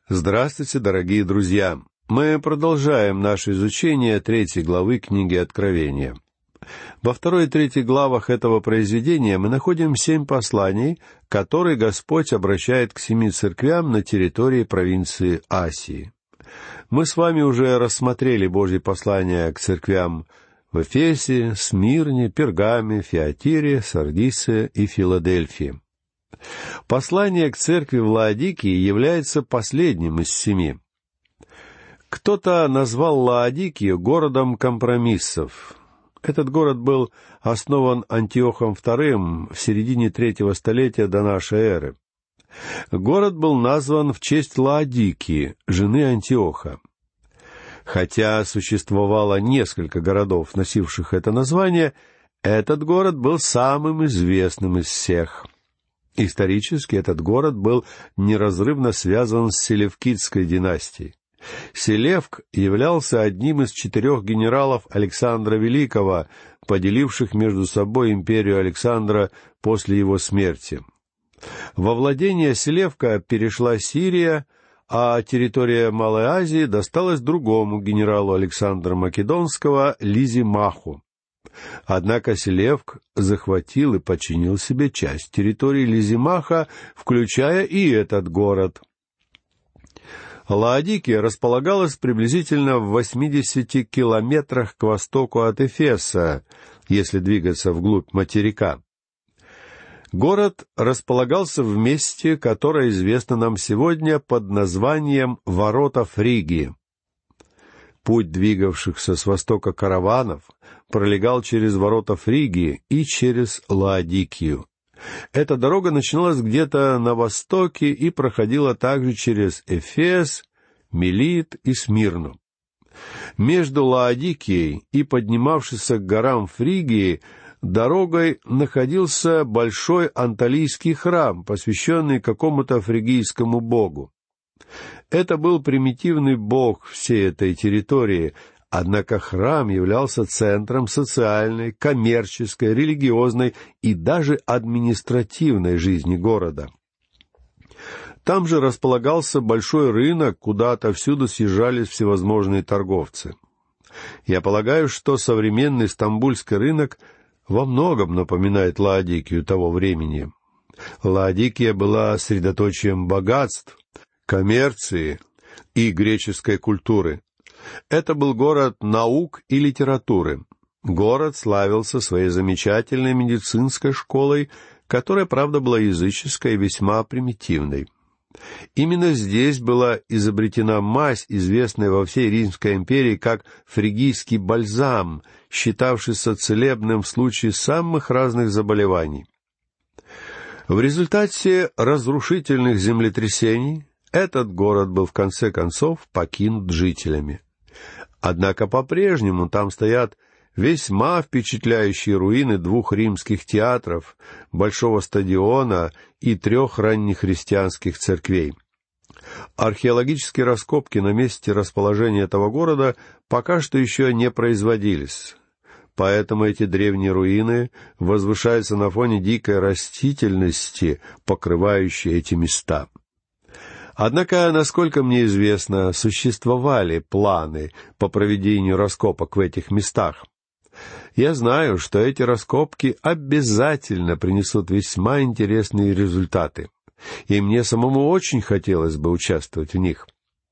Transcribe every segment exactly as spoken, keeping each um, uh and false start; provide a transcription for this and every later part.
Здравствуйте, дорогие друзья! Мы продолжаем наше изучение третьей главы книги Откровения. Во второй и третьей главах этого произведения мы находим семь посланий, которые Господь обращает к семи церквям на территории провинции Асии. Мы с вами уже рассмотрели Божьи послания к церквям в Эфесе, Смирне, Пергаме, Фиатире, Сардисе и Филадельфии. Послание к церкви в Лаодикии является последним из семи. Кто-то назвал Лаодикию городом компромиссов. Этот город был основан Антиохом вторым в середине третьего столетия до нашей эры. Город был назван в честь Лаодикии, жены Антиоха. Хотя существовало несколько городов, носивших это название, этот город был самым известным из всех. Исторически этот город был неразрывно связан с Селевкидской династией. Селевк являлся одним из четырех генералов Александра Великого, поделивших между собой империю Александра после его смерти. Во владение Селевка перешла Сирия, а территория Малой Азии досталась другому генералу Александра Македонского, Лизимаху. Однако Селевк захватил и подчинил себе часть территории Лизимаха, включая и этот город. Лаодикия располагалась приблизительно в восьмидесяти километрах к востоку от Эфеса, если двигаться вглубь материка. Город располагался в месте, которое известно нам сегодня под названием «Ворота Фригии». Путь двигавшихся с востока караванов пролегал через ворота Фригии и через Лаодикию. Эта дорога начиналась где-то на востоке и проходила также через Эфес, Милит и Смирну. Между Лаодикией и поднимавшейся к горам Фригии дорогой находился большой анталийский храм, посвященный какому-то фригийскому богу. Это был примитивный бог всей этой территории, однако храм являлся центром социальной, коммерческой, религиозной и даже административной жизни города. Там же располагался большой рынок, куда отовсюду съезжались всевозможные торговцы. Я полагаю, что современный стамбульский рынок во многом напоминает Лаодикию того времени. Лаодикия была средоточием богатств, коммерции и греческой культуры. Это был город наук и литературы. Город славился своей замечательной медицинской школой, которая, правда, была языческой и весьма примитивной. Именно здесь была изобретена мазь, известная во всей Римской империи как фригийский бальзам, считавшийся целебным в случае самых разных заболеваний. В результате разрушительных землетрясений этот город был в конце концов покинут жителями. Однако по-прежнему там стоят весьма впечатляющие руины двух римских театров, большого стадиона и трех раннехристианских церквей. Археологические раскопки на месте расположения этого города пока что еще не производились. Поэтому эти древние руины возвышаются на фоне дикой растительности, покрывающей эти места. Однако, насколько мне известно, существовали планы по проведению раскопок в этих местах. Я знаю, что эти раскопки обязательно принесут весьма интересные результаты, и мне самому очень хотелось бы участвовать в них.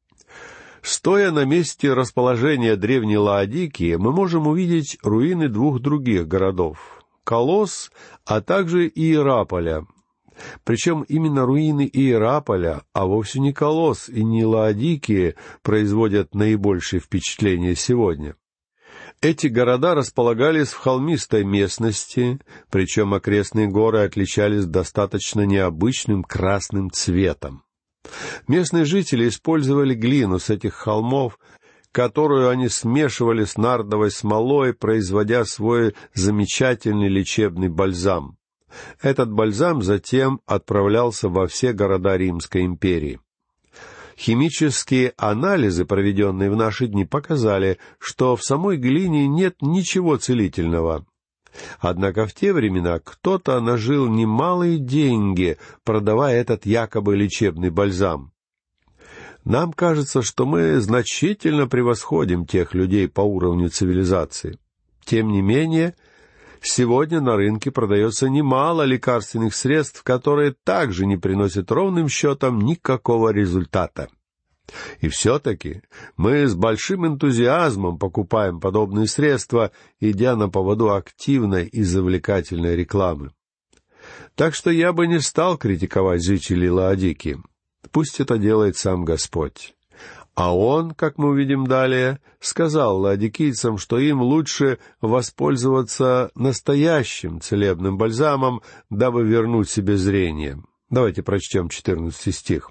Стоя на месте расположения древней Лаодикии, мы можем увидеть руины двух других городов — Колос, а также Иераполя. Причем именно руины Иераполя, а вовсе не Колос и не Лаодикия, производят наибольшее впечатление сегодня. Эти города располагались в холмистой местности, причем окрестные горы отличались достаточно необычным красным цветом. Местные жители использовали глину с этих холмов, которую они смешивали с нардовой смолой, производя свой замечательный лечебный бальзам. Этот бальзам затем отправлялся во все города Римской империи. Химические анализы, проведенные в наши дни, показали, что в самой глине нет ничего целительного. Однако в те времена кто-то нажил немалые деньги, продавая этот якобы лечебный бальзам. Нам кажется, что мы значительно превосходим тех людей по уровню цивилизации. Тем не менее, сегодня на рынке продается немало лекарственных средств, которые также не приносят ровным счетом никакого результата. И все-таки мы с большим энтузиазмом покупаем подобные средства, идя на поводу активной и завлекательной рекламы. Так что я бы не стал критиковать жителей Лаодикии. Пусть это делает сам Господь. А Он, как мы увидим далее, сказал лаодикийцам, что им лучше воспользоваться настоящим целебным бальзамом, дабы вернуть себе зрение. Давайте прочтем четырнадцатый стих.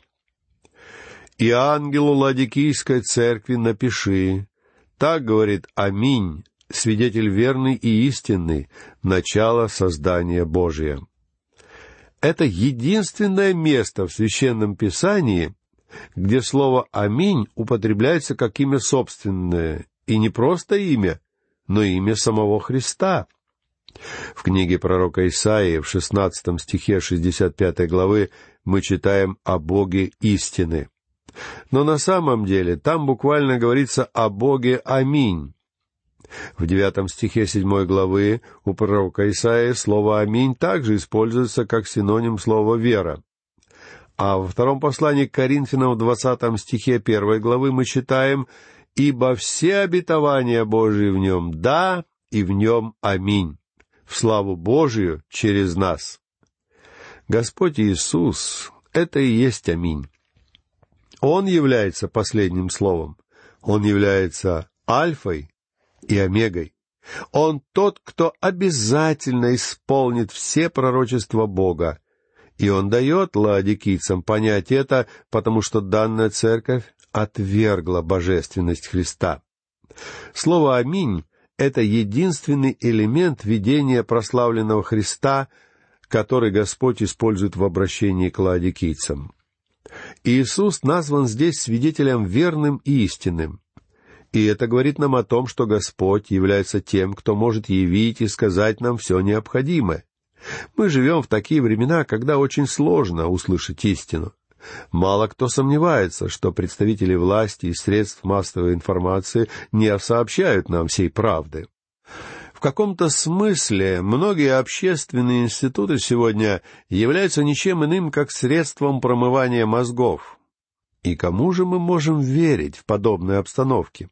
«И ангелу Лаодикийской церкви напиши, так говорит Аминь, свидетель верный и истинный, начало создания Божия». Это единственное место в Священном Писании, где слово «Аминь» употребляется как имя собственное, и не просто имя, но имя самого Христа. В книге пророка Исаии в шестнадцатом стихе шестьдесят пятой главы мы читаем о Боге истины. Но на самом деле там буквально говорится о Боге Аминь. В девятом стихе седьмой главы у пророка Исаии слово «Аминь» также используется как синоним слова «вера». А во втором послании к Коринфянам в двадцатом стихе первой главы мы читаем «Ибо все обетования Божии в нем да, и в нем аминь, в славу Божию через нас». Господь Иисус — это и есть аминь. Он является последним словом. Он является альфой и омегой. Он тот, кто обязательно исполнит все пророчества Бога. И Он дает лаодикийцам понять это, потому что данная церковь отвергла божественность Христа. Слово «Аминь» — это единственный элемент видения прославленного Христа, который Господь использует в обращении к лаодикийцам. Иисус назван здесь свидетелем верным и истинным. И это говорит нам о том, что Господь является тем, кто может явить и сказать нам все необходимое. Мы живем в такие времена, когда очень сложно услышать истину. Мало кто сомневается, что представители власти и средств массовой информации не сообщают нам всей правды. В каком-то смысле многие общественные институты сегодня являются ничем иным, как средством промывания мозгов. И кому же мы можем верить в подобной обстановке?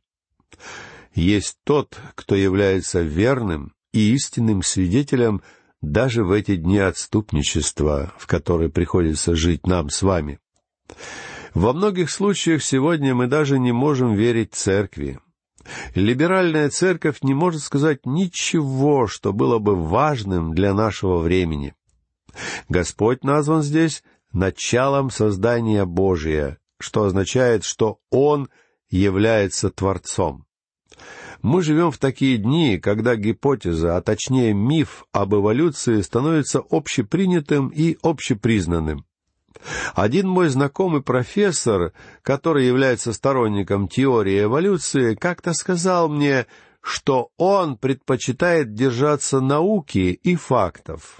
Есть тот, кто является верным и истинным свидетелем даже в эти дни отступничества, в которые приходится жить нам с вами. Во многих случаях сегодня мы даже не можем верить церкви. Либеральная церковь не может сказать ничего, что было бы важным для нашего времени. Господь назван здесь началом создания Божия, что означает, что Он является Творцом. Мы живем в такие дни, когда гипотеза, а точнее миф об эволюции становится общепринятым и общепризнанным. Один мой знакомый профессор, который является сторонником теории эволюции, как-то сказал мне, что он предпочитает держаться науки и фактов.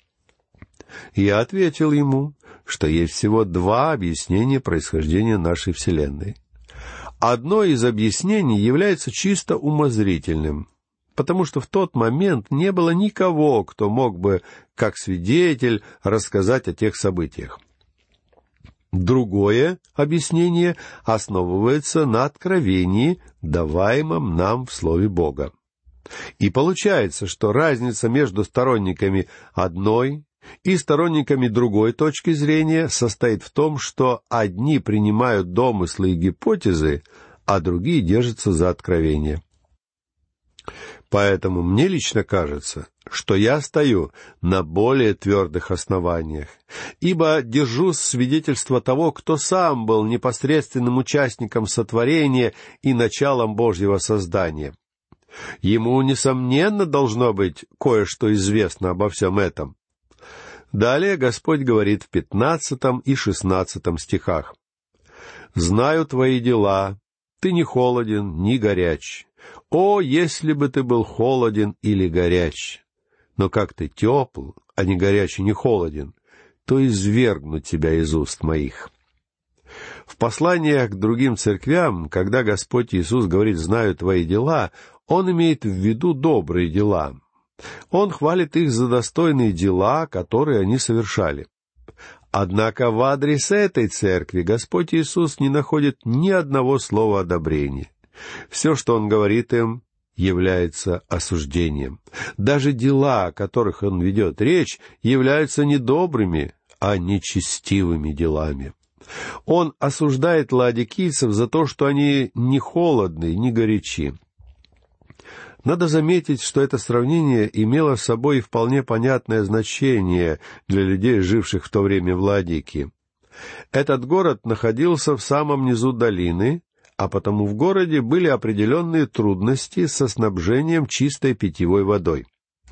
Я ответил ему, что есть всего два объяснения происхождения нашей Вселенной. Одно из объяснений является чисто умозрительным, потому что в тот момент не было никого, кто мог бы, как свидетель, рассказать о тех событиях. Другое объяснение основывается на откровении, даваемом нам в Слове Бога. И получается, что разница между сторонниками одной и сторонниками другой точки зрения состоит в том, что одни принимают домыслы и гипотезы, а другие держатся за откровение. Поэтому мне лично кажется, что я стою на более твердых основаниях, ибо держу свидетельство того, кто сам был непосредственным участником сотворения и началом Божьего создания. Ему, несомненно, должно быть кое-что известно обо всем этом. Далее Господь говорит в пятнадцатом и шестнадцатом стихах. «Знаю твои дела, ты не холоден, ни горяч. О, если бы ты был холоден или горяч! Но как ты тепл, а не горяч и не холоден, то извергну тебя из уст моих». В посланиях к другим церквям, когда Господь Иисус говорит «знаю твои дела», Он имеет в виду добрые дела. Он хвалит их за достойные дела, которые они совершали. Однако в адрес этой церкви Господь Иисус не находит ни одного слова одобрения. Все, что Он говорит им, является осуждением. Даже дела, о которых Он ведет речь, являются не добрыми, а нечестивыми делами. Он осуждает лаодикийцев за то, что они не холодны, не горячи. Надо заметить, что это сравнение имело с собой вполне понятное значение для людей, живших в то время в Лаодикии. Этот город находился в самом низу долины, а потому в городе были определенные трудности со снабжением чистой питьевой водой.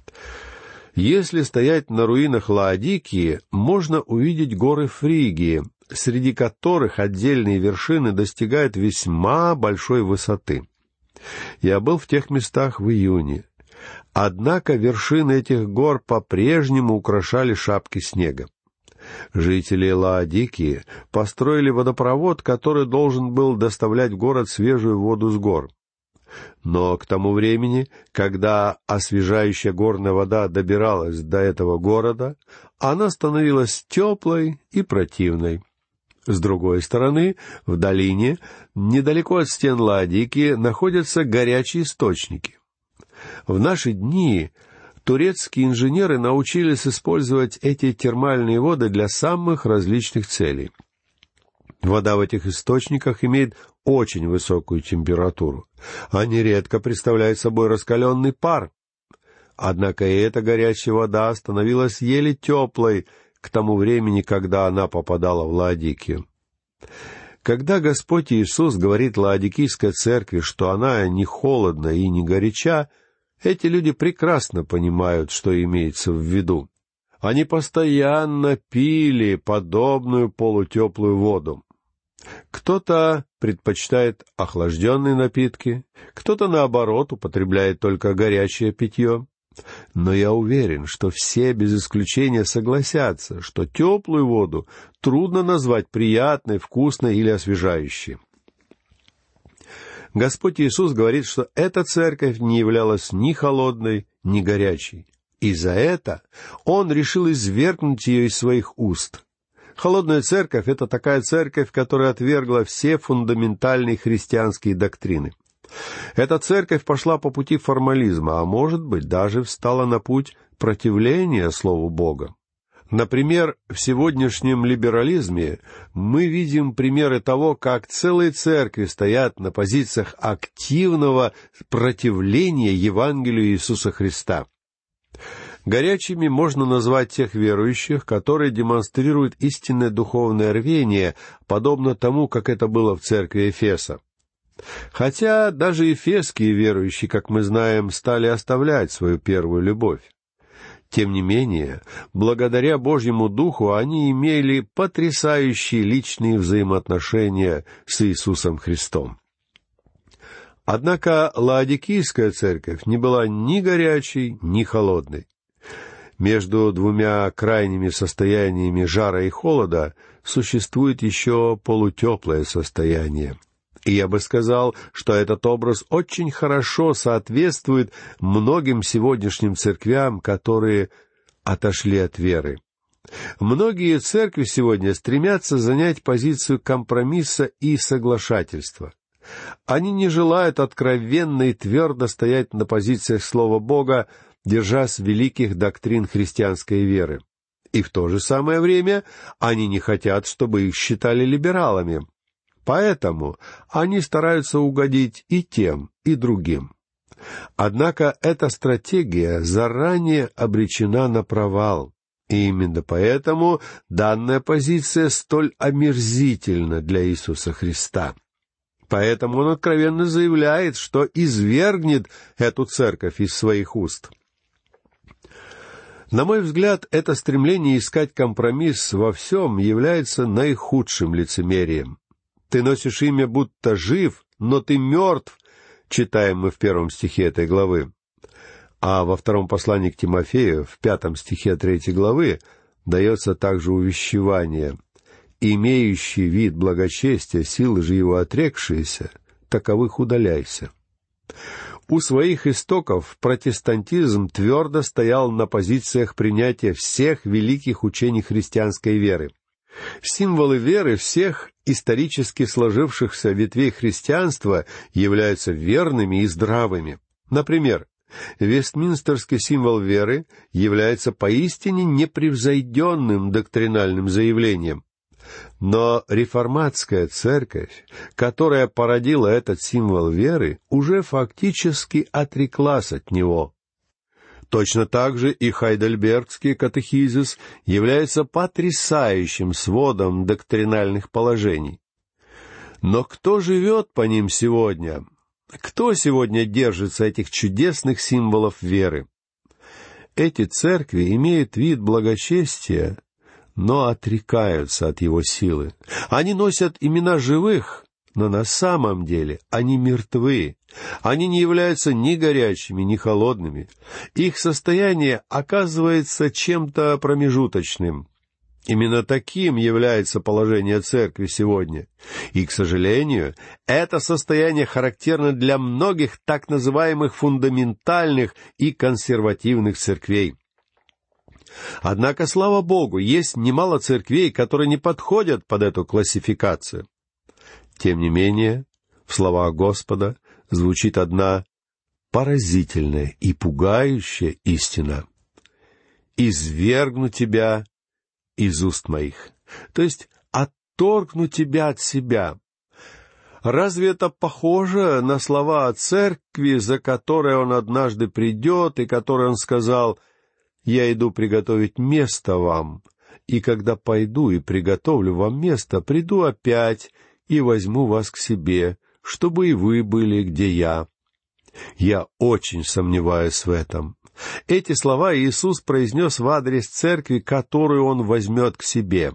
Если стоять на руинах Лаодикии, можно увидеть горы Фригии, среди которых отдельные вершины достигают весьма большой высоты. Я был в тех местах в июне. Однако вершины этих гор по-прежнему украшали шапки снега. Жители Лаодикии построили водопровод, который должен был доставлять в город свежую воду с гор. Но к тому времени, когда освежающая горная вода добиралась до этого города, она становилась теплой и противной. С другой стороны, в долине, недалеко от стен Лаодикии, находятся горячие источники. В наши дни турецкие инженеры научились использовать эти термальные воды для самых различных целей. Вода в этих источниках имеет очень высокую температуру. Они редко представляют собой раскаленный пар. Однако и эта горячая вода становилась еле теплой к тому времени, когда она попадала в Лаодикию. Когда Господь Иисус говорит Лаодикийской церкви, что она не холодна и не горяча, эти люди прекрасно понимают, что имеется в виду. Они постоянно пили подобную полутеплую воду. Кто-то предпочитает охлажденные напитки, кто-то, наоборот, употребляет только горячее питье. Но я уверен, что все без исключения согласятся, что теплую воду трудно назвать приятной, вкусной или освежающей. Господь Иисус говорит, что эта церковь не являлась ни холодной, ни горячей. И за это Он решил извергнуть ее из своих уст. Холодная церковь — это такая церковь, которая отвергла все фундаментальные христианские доктрины. Эта церковь пошла по пути формализма, а может быть, даже встала на путь противления Слову Бога. Например, в сегодняшнем либерализме мы видим примеры того, как целые церкви стоят на позициях активного противления Евангелию Иисуса Христа. Горячими можно назвать тех верующих, которые демонстрируют истинное духовное рвение, подобно тому, как это было в церкви Эфеса. Хотя даже эфесские верующие, как мы знаем, стали оставлять свою первую любовь. Тем не менее, благодаря Божьему Духу они имели потрясающие личные взаимоотношения с Иисусом Христом. Однако Лаодикийская церковь не была ни горячей, ни холодной. Между двумя крайними состояниями жара и холода существует еще полутеплое состояние. И я бы сказал, что этот образ очень хорошо соответствует многим сегодняшним церквям, которые отошли от веры. Многие церкви сегодня стремятся занять позицию компромисса и соглашательства. Они не желают откровенно и твердо стоять на позициях Слова Бога, держась великих доктрин христианской веры. И в то же самое время они не хотят, чтобы их считали либералами. Поэтому они стараются угодить и тем, и другим. Однако эта стратегия заранее обречена на провал. И именно поэтому данная позиция столь омерзительна для Иисуса Христа. Поэтому Он откровенно заявляет, что извергнет эту церковь из своих уст. На мой взгляд, это стремление искать компромисс во всем является наихудшим лицемерием. «Ты носишь имя, будто жив, но ты мертв», читаем мы в первом стихе этой главы. А во втором послании к Тимофею, в пятом стихе третьей главы, дается также увещевание: имеющие вид благочестия, силы же его отрекшиеся, таковых удаляйся». У своих истоков протестантизм твердо стоял на позициях принятия всех великих учений христианской веры. Символы веры всех исторически сложившихся ветвей христианства являются верными и здравыми. Например, Вестминстерский символ веры является поистине непревзойденным доктринальным заявлением. Но реформатская церковь, которая породила этот символ веры, уже фактически отреклась от него. Точно так же и Хайдельбергский катехизис является потрясающим сводом доктринальных положений. Но кто живет по ним сегодня? Кто сегодня держится этих чудесных символов веры? Эти церкви имеют вид благочестия, но отрекаются от его силы. Они носят имена живых, но на самом деле они мертвы. Они не являются ни горячими, ни холодными. Их состояние оказывается чем-то промежуточным. Именно таким является положение церкви сегодня. И, к сожалению, это состояние характерно для многих так называемых фундаментальных и консервативных церквей. Однако, слава Богу, есть немало церквей, которые не подходят под эту классификацию. Тем не менее, в словах Господа звучит одна поразительная и пугающая истина: «Извергну тебя из уст моих», то есть отторгну тебя от себя. Разве это похоже на слова о церкви, за которой он однажды придет, и которой он сказал: «Я иду приготовить место вам, и когда пойду и приготовлю вам место, приду опять и возьму вас к себе, чтобы и вы были, где я». Я очень сомневаюсь в этом. Эти слова Иисус произнес в адрес церкви, которую Он возьмет к себе.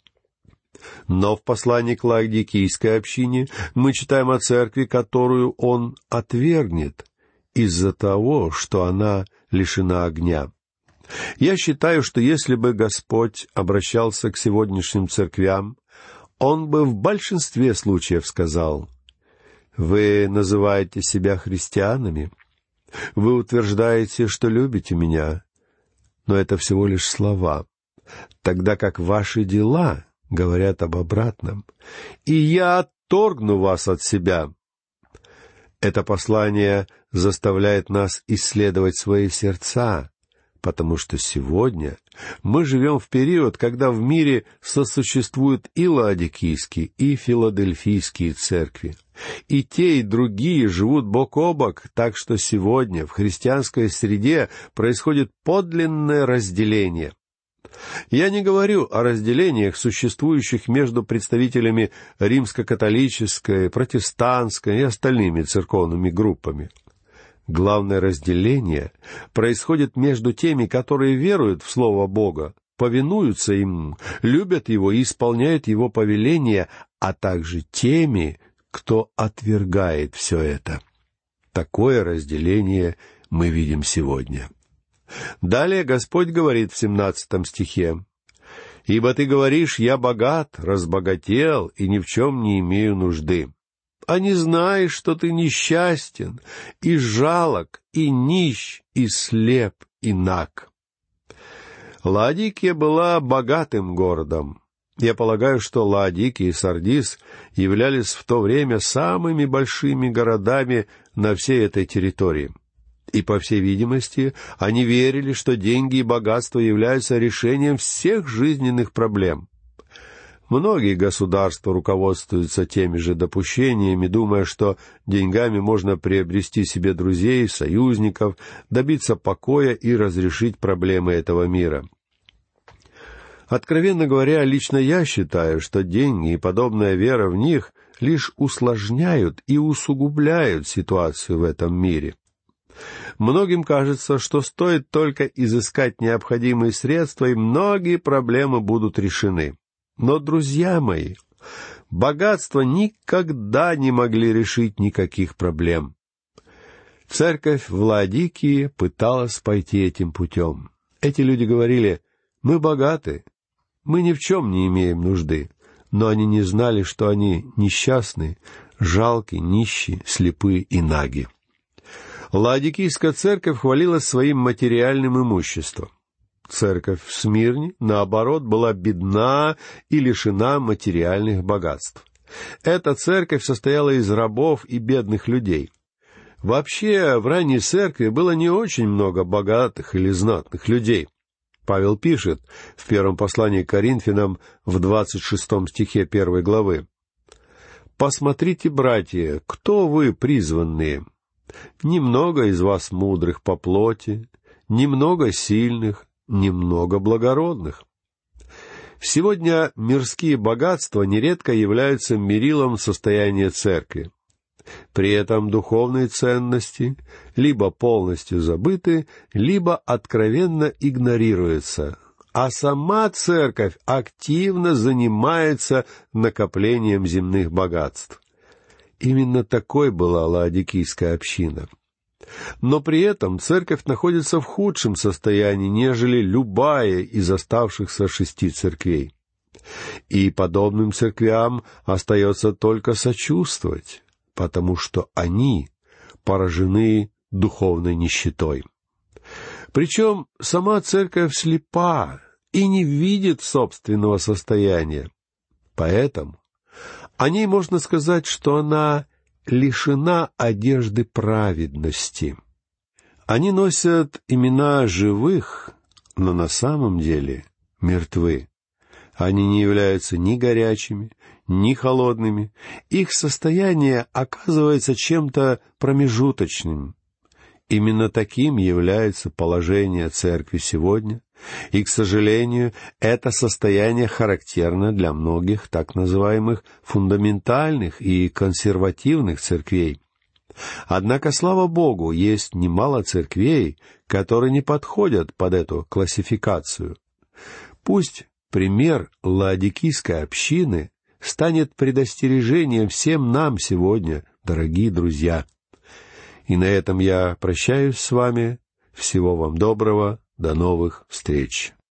Но в послании к Лаодикийской общине мы читаем о церкви, которую Он отвергнет из-за того, что она лишена огня. Я считаю, что если бы Господь обращался к сегодняшним церквям, Он бы в большинстве случаев сказал: «Вы называете себя христианами, вы утверждаете, что любите меня, но это всего лишь слова, тогда как ваши дела говорят об обратном, и я отторгну вас от себя». Это послание заставляет нас исследовать свои сердца, потому что сегодня мы живем в период, когда в мире сосуществуют и лаодикийские, и филадельфийские церкви. И те, и другие живут бок о бок, так что сегодня в христианской среде происходит подлинное разделение. Я не говорю о разделениях, существующих между представителями римско-католической, протестантской и остальными церковными группами. Главное разделение происходит между теми, которые веруют в Слово Бога, повинуются Ему, любят Его и исполняют Его повеления, а также теми, кто отвергает все это. Такое разделение мы видим сегодня. Далее Господь говорит в семнадцатом стихе: «Ибо ты говоришь: я богат, разбогател и ни в чем не имею нужды. А не знаешь, что ты несчастен, и жалок, и нищ, и слеп, и наг». Лаодикия была богатым городом. Я полагаю, что Лаодикия и Сардис являлись в то время самыми большими городами на всей этой территории. И, по всей видимости, они верили, что деньги и богатство являются решением всех жизненных проблем. Многие государства руководствуются теми же допущениями, думая, что деньгами можно приобрести себе друзей, союзников, добиться покоя и разрешить проблемы этого мира. Откровенно говоря, лично я считаю, что деньги и подобная вера в них лишь усложняют и усугубляют ситуацию в этом мире. Многим кажется, что стоит только изыскать необходимые средства, и многие проблемы будут решены. Но, друзья мои, богатства никогда не могли решить никаких проблем. Церковь в Лаодикии пыталась пойти этим путем. Эти люди говорили: «Мы богаты, мы ни в чем не имеем нужды, но они не знали, что они несчастны, жалки, нищи, слепы и наги. Лаодикийская церковь хвалилась своим материальным имуществом. Церковь в Смирне, наоборот, была бедна и лишена материальных богатств. Эта церковь состояла из рабов и бедных людей. Вообще, в ранней церкви было не очень много богатых или знатных людей. Павел пишет в первом послании к Коринфянам в двадцать шестом стихе первой главы: «Посмотрите, братья, кто вы, призванные? Немного из вас мудрых по плоти, немного сильных, немного благородных». Сегодня мирские богатства нередко являются мерилом состояния церкви. При этом духовные ценности либо полностью забыты, либо откровенно игнорируются, а сама церковь активно занимается накоплением земных богатств. Именно такой была лаодикийская община. Но при этом церковь находится в худшем состоянии, нежели любая из оставшихся шести церквей. И подобным церквям остается только сочувствовать, потому что они поражены духовной нищетой. Причем сама церковь слепа и не видит собственного состояния. Поэтому о ней можно сказать, что она лишена одежды праведности. Они носят имена живых, но на самом деле мертвы. Они не являются ни горячими, ни холодными. Их состояние оказывается чем-то промежуточным. Именно таким является положение церкви сегодня, и, к сожалению, это состояние характерно для многих так называемых фундаментальных и консервативных церквей. Однако, слава Богу, есть немало церквей, которые не подходят под эту классификацию. Пусть пример лаодикийской общины станет предостережением всем нам сегодня, дорогие друзья. И на этом я прощаюсь с вами. Всего вам доброго. До новых встреч.